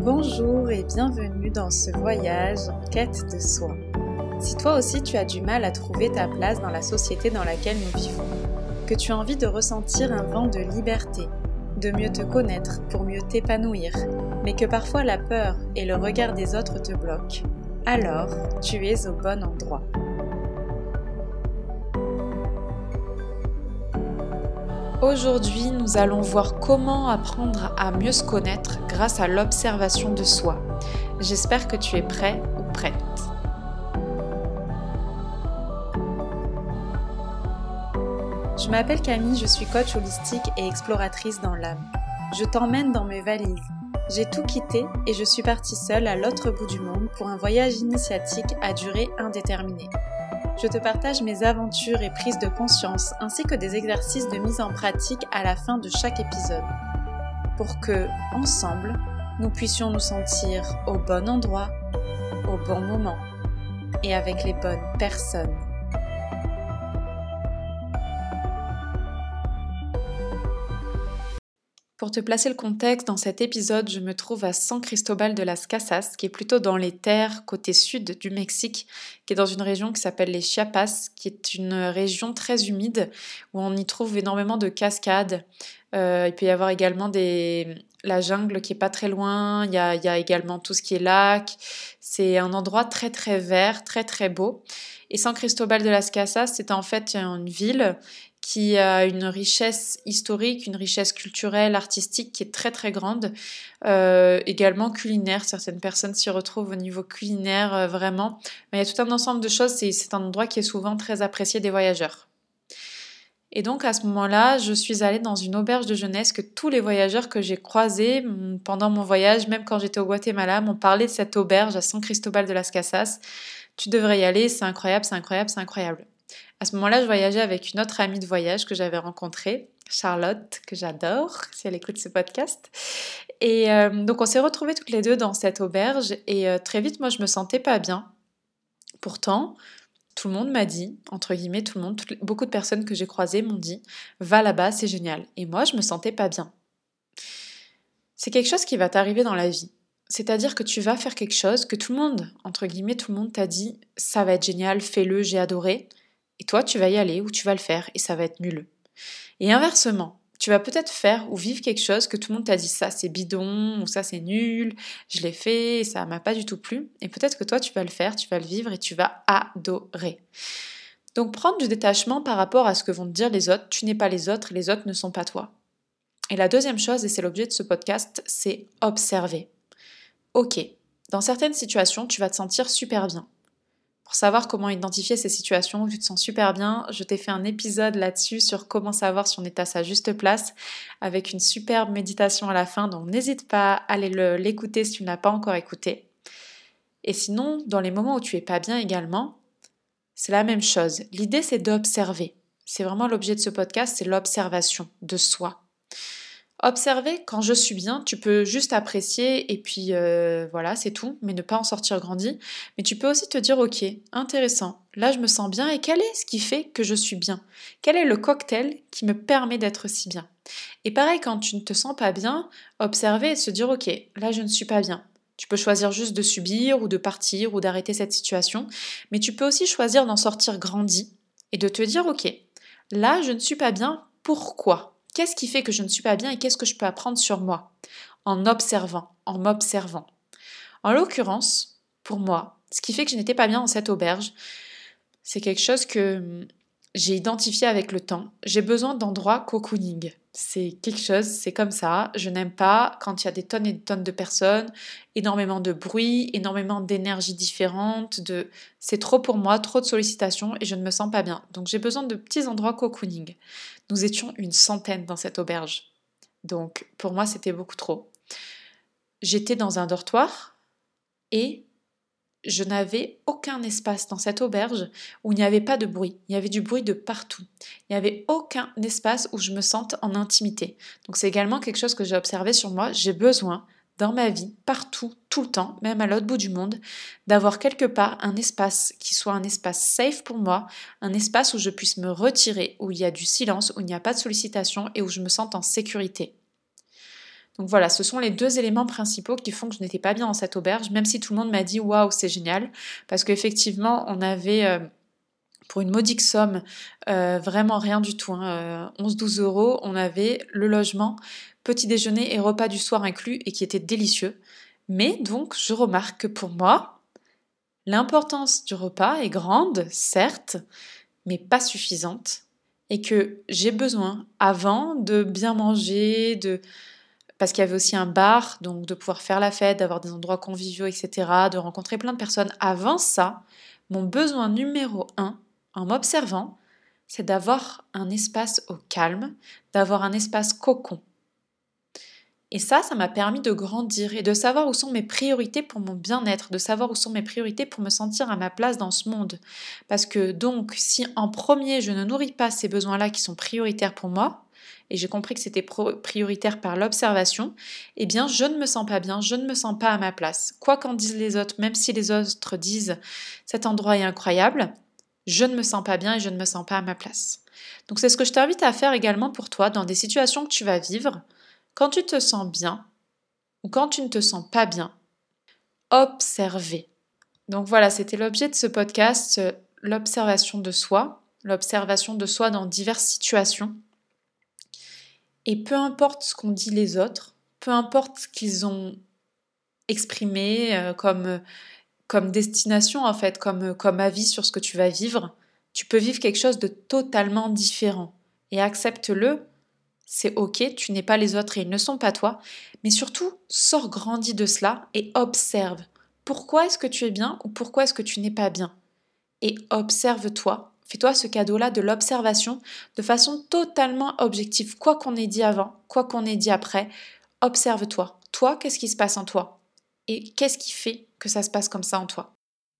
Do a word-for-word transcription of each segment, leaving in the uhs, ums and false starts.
Bonjour et bienvenue dans ce voyage en quête de soi. Si toi aussi tu as du mal à trouver ta place dans la société dans laquelle nous vivons, que tu as envie de ressentir un vent de liberté, de mieux te connaître pour mieux t'épanouir, mais que parfois la peur et le regard des autres te bloquent, alors tu es au bon endroit. Aujourd'hui, nous allons voir comment apprendre à mieux se connaître grâce à l'observation de soi. J'espère que tu es prêt ou prête. Je m'appelle Camille, je suis coach holistique et exploratrice dans l'âme. Je t'emmène dans mes valises. J'ai tout quitté et je suis partie seule à l'autre bout du monde pour un voyage initiatique à durée indéterminée. Je te partage mes aventures et prises de conscience ainsi que des exercices de mise en pratique à la fin de chaque épisode pour que, ensemble, nous puissions nous sentir au bon endroit, au bon moment et avec les bonnes personnes. Pour te placer le contexte, dans cet épisode, je me trouve à San Cristóbal de las Casas, qui est plutôt dans les terres côté sud du Mexique, qui est dans une région qui s'appelle les Chiapas, qui est une région très humide, où on y trouve énormément de cascades. Euh, il peut y avoir également des... la jungle qui est pas très loin, il y a, il y a également tout ce qui est lac. C'est un endroit très très vert, très très beau. Et San Cristóbal de las Casas, c'est en fait une ville qui a une richesse historique, une richesse culturelle, artistique qui est très très grande, euh, également culinaire, certaines personnes s'y retrouvent au niveau culinaire euh, vraiment, mais il y a tout un ensemble de choses, c'est, c'est un endroit qui est souvent très apprécié des voyageurs. Et donc à ce moment-là, je suis allée dans une auberge de jeunesse que tous les voyageurs que j'ai croisés pendant mon voyage, même quand j'étais au Guatemala, m'ont parlé de cette auberge à San Cristóbal de las Casas. Tu devrais y aller, c'est incroyable, c'est incroyable, c'est incroyable. À ce moment-là, je voyageais avec une autre amie de voyage que j'avais rencontrée, Charlotte, que j'adore, si elle écoute ce podcast. Et euh, donc, on s'est retrouvés toutes les deux dans cette auberge et euh, très vite, moi, je me sentais pas bien. Pourtant, tout le monde m'a dit, entre guillemets, tout le monde, toutes, beaucoup de personnes que j'ai croisées m'ont dit « Va là-bas, c'est génial ». Et moi, je me sentais pas bien. C'est quelque chose qui va t'arriver dans la vie. C'est-à-dire que tu vas faire quelque chose que tout le monde, entre guillemets, tout le monde t'a dit « Ça va être génial, fais-le, j'ai adoré ». Et toi, tu vas y aller ou tu vas le faire et ça va être nul. Et inversement, tu vas peut-être faire ou vivre quelque chose que tout le monde t'a dit ça c'est bidon ou ça c'est nul, je l'ai fait et ça m'a pas du tout plu. Et peut-être que toi, tu vas le faire, tu vas le vivre et tu vas adorer. Donc prendre du détachement par rapport à ce que vont te dire les autres. Tu n'es pas les autres et les autres ne sont pas toi. Et la deuxième chose, et c'est l'objet de ce podcast, c'est observer. Ok, dans certaines situations, tu vas te sentir super bien. Pour savoir comment identifier ces situations où tu te sens super bien, je t'ai fait un épisode là-dessus sur comment savoir si on est à sa juste place avec une superbe méditation à la fin, donc n'hésite pas à aller le, l'écouter si tu ne l'as pas encore écouté. Et sinon, dans les moments où tu es pas bien également, c'est la même chose. L'idée, c'est d'observer. C'est vraiment l'objet de ce podcast, c'est l'observation de soi. Observer, quand je suis bien, tu peux juste apprécier et puis euh, voilà, c'est tout, mais ne pas en sortir grandi. Mais tu peux aussi te dire, ok, intéressant, là je me sens bien et quel est ce qui fait que je suis bien? Quel est le cocktail qui me permet d'être si bien? Et pareil, quand tu ne te sens pas bien, observer et se dire, ok, là je ne suis pas bien. Tu peux choisir juste de subir ou de partir ou d'arrêter cette situation, mais tu peux aussi choisir d'en sortir grandi et de te dire, ok, là je ne suis pas bien, pourquoi? Qu'est-ce qui fait que je ne suis pas bien et qu'est-ce que je peux apprendre sur moi? En observant, en m'observant. En l'occurrence, pour moi, ce qui fait que je n'étais pas bien dans cette auberge, c'est quelque chose que j'ai identifié avec le temps. J'ai besoin d'endroits cocooning. C'est quelque chose, c'est comme ça. Je n'aime pas quand il y a des tonnes et des tonnes de personnes, énormément de bruit, énormément d'énergie différente. De... C'est trop pour moi, trop de sollicitations et je ne me sens pas bien. Donc j'ai besoin de petits endroits cocooning. Nous étions une centaine dans cette auberge. Donc pour moi, c'était beaucoup trop. J'étais dans un dortoir et je n'avais aucun espace dans cette auberge où il n'y avait pas de bruit. Il y avait du bruit de partout. Il n'y avait aucun espace où je me sente en intimité. Donc c'est également quelque chose que j'ai observé sur moi. J'ai besoin, dans ma vie, partout, tout le temps, même à l'autre bout du monde, d'avoir quelque part un espace qui soit un espace safe pour moi, un espace où je puisse me retirer, où il y a du silence, où il n'y a pas de sollicitation et où je me sente en sécurité. Donc voilà, ce sont les deux éléments principaux qui font que je n'étais pas bien dans cette auberge, même si tout le monde m'a dit waouh, c'est génial, parce qu'effectivement, on avait euh, pour une modique somme, euh, vraiment rien du tout, hein, euh, onze douze euros, on avait le logement, petit déjeuner et repas du soir inclus et qui était délicieux. Mais donc, je remarque que pour moi, l'importance du repas est grande, certes, mais pas suffisante, et que j'ai besoin, avant de bien manger, de parce qu'il y avait aussi un bar, donc de pouvoir faire la fête, d'avoir des endroits conviviaux, et cetera, de rencontrer plein de personnes. Avant ça, mon besoin numéro un, en m'observant, c'est d'avoir un espace au calme, d'avoir un espace cocon. Et ça, ça m'a permis de grandir et de savoir où sont mes priorités pour mon bien-être, de savoir où sont mes priorités pour me sentir à ma place dans ce monde. Parce que donc, si en premier, je ne nourris pas ces besoins-là qui sont prioritaires pour moi, et j'ai compris que c'était pro- prioritaire par l'observation, eh bien, je ne me sens pas bien, je ne me sens pas à ma place. Quoi qu'en disent les autres, même si les autres disent « cet endroit est incroyable », je ne me sens pas bien et je ne me sens pas à ma place. Donc c'est ce que je t'invite à faire également pour toi dans des situations que tu vas vivre. Quand tu te sens bien ou quand tu ne te sens pas bien, observer. Donc voilà, c'était l'objet de ce podcast, l'observation de soi, l'observation de soi dans diverses situations. Et peu importe ce qu'ont dit les autres, peu importe ce qu'ils ont exprimé euh, comme, comme destination en fait, comme, comme avis sur ce que tu vas vivre, tu peux vivre quelque chose de totalement différent. Et accepte-le, c'est ok, tu n'es pas les autres et ils ne sont pas toi, mais surtout, sors grandi de cela et observe. Pourquoi est-ce que tu es bien ou pourquoi est-ce que tu n'es pas bien? Et observe-toi. Fais-toi ce cadeau-là de l'observation de façon totalement objective. Quoi qu'on ait dit avant, quoi qu'on ait dit après, observe-toi. Toi, qu'est-ce qui se passe en toi? Et qu'est-ce qui fait que ça se passe comme ça en toi?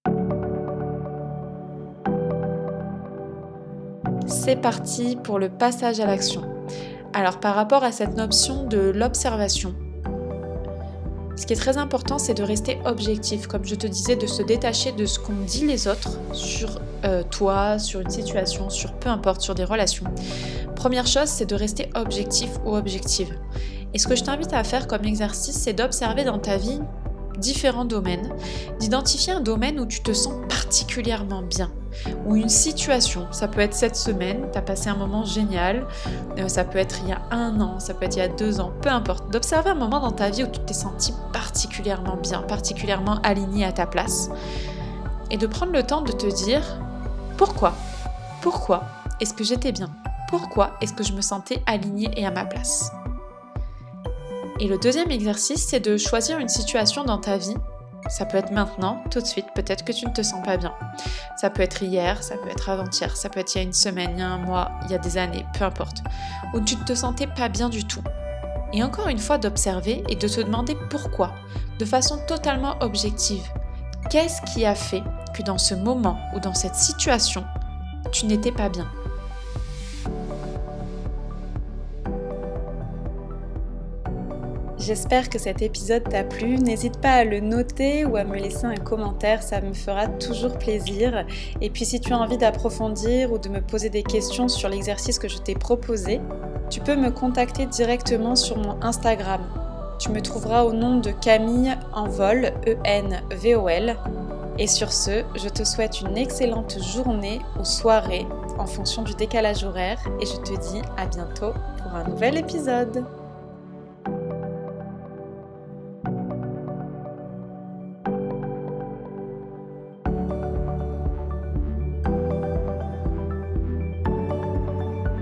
C'est parti pour le passage à l'action. Alors par rapport à cette notion de l'observation, ce qui est très important, c'est de rester objectif, comme je te disais, de se détacher de ce qu'ont dit les autres sur euh, toi, sur une situation, sur peu importe, sur des relations. Première chose, c'est de rester objectif ou objective. Et ce que je t'invite à faire comme exercice, c'est d'observer dans ta vie différents domaines, d'identifier un domaine où tu te sens particulièrement bien, ou une situation, ça peut être cette semaine, tu as passé un moment génial, euh, ça peut être il y a un an, ça peut être il y a deux ans, peu importe, d'observer un moment dans ta vie où tu t'es senti particulièrement bien, particulièrement aligné à ta place, et de prendre le temps de te dire pourquoi, pourquoi est-ce que j'étais bien, pourquoi est-ce que je me sentais alignée et à ma place. Et le deuxième exercice, c'est de choisir une situation dans ta vie. Ça peut être maintenant, tout de suite, peut-être que tu ne te sens pas bien. Ça peut être hier, ça peut être avant-hier, ça peut être il y a une semaine, il y a un mois, il y a des années, peu importe. Où tu ne te sentais pas bien du tout. Et encore une fois, d'observer et de te demander pourquoi, de façon totalement objective. Qu'est-ce qui a fait que dans ce moment ou dans cette situation, tu n'étais pas bien ? J'espère que cet épisode t'a plu. N'hésite pas à le noter ou à me laisser un commentaire, ça me fera toujours plaisir. Et puis si tu as envie d'approfondir ou de me poser des questions sur l'exercice que je t'ai proposé, tu peux me contacter directement sur mon Instagram. Tu me trouveras au nom de Camille Envol, E N V O L. Et sur ce, je te souhaite une excellente journée ou soirée en fonction du décalage horaire et je te dis à bientôt pour un nouvel épisode.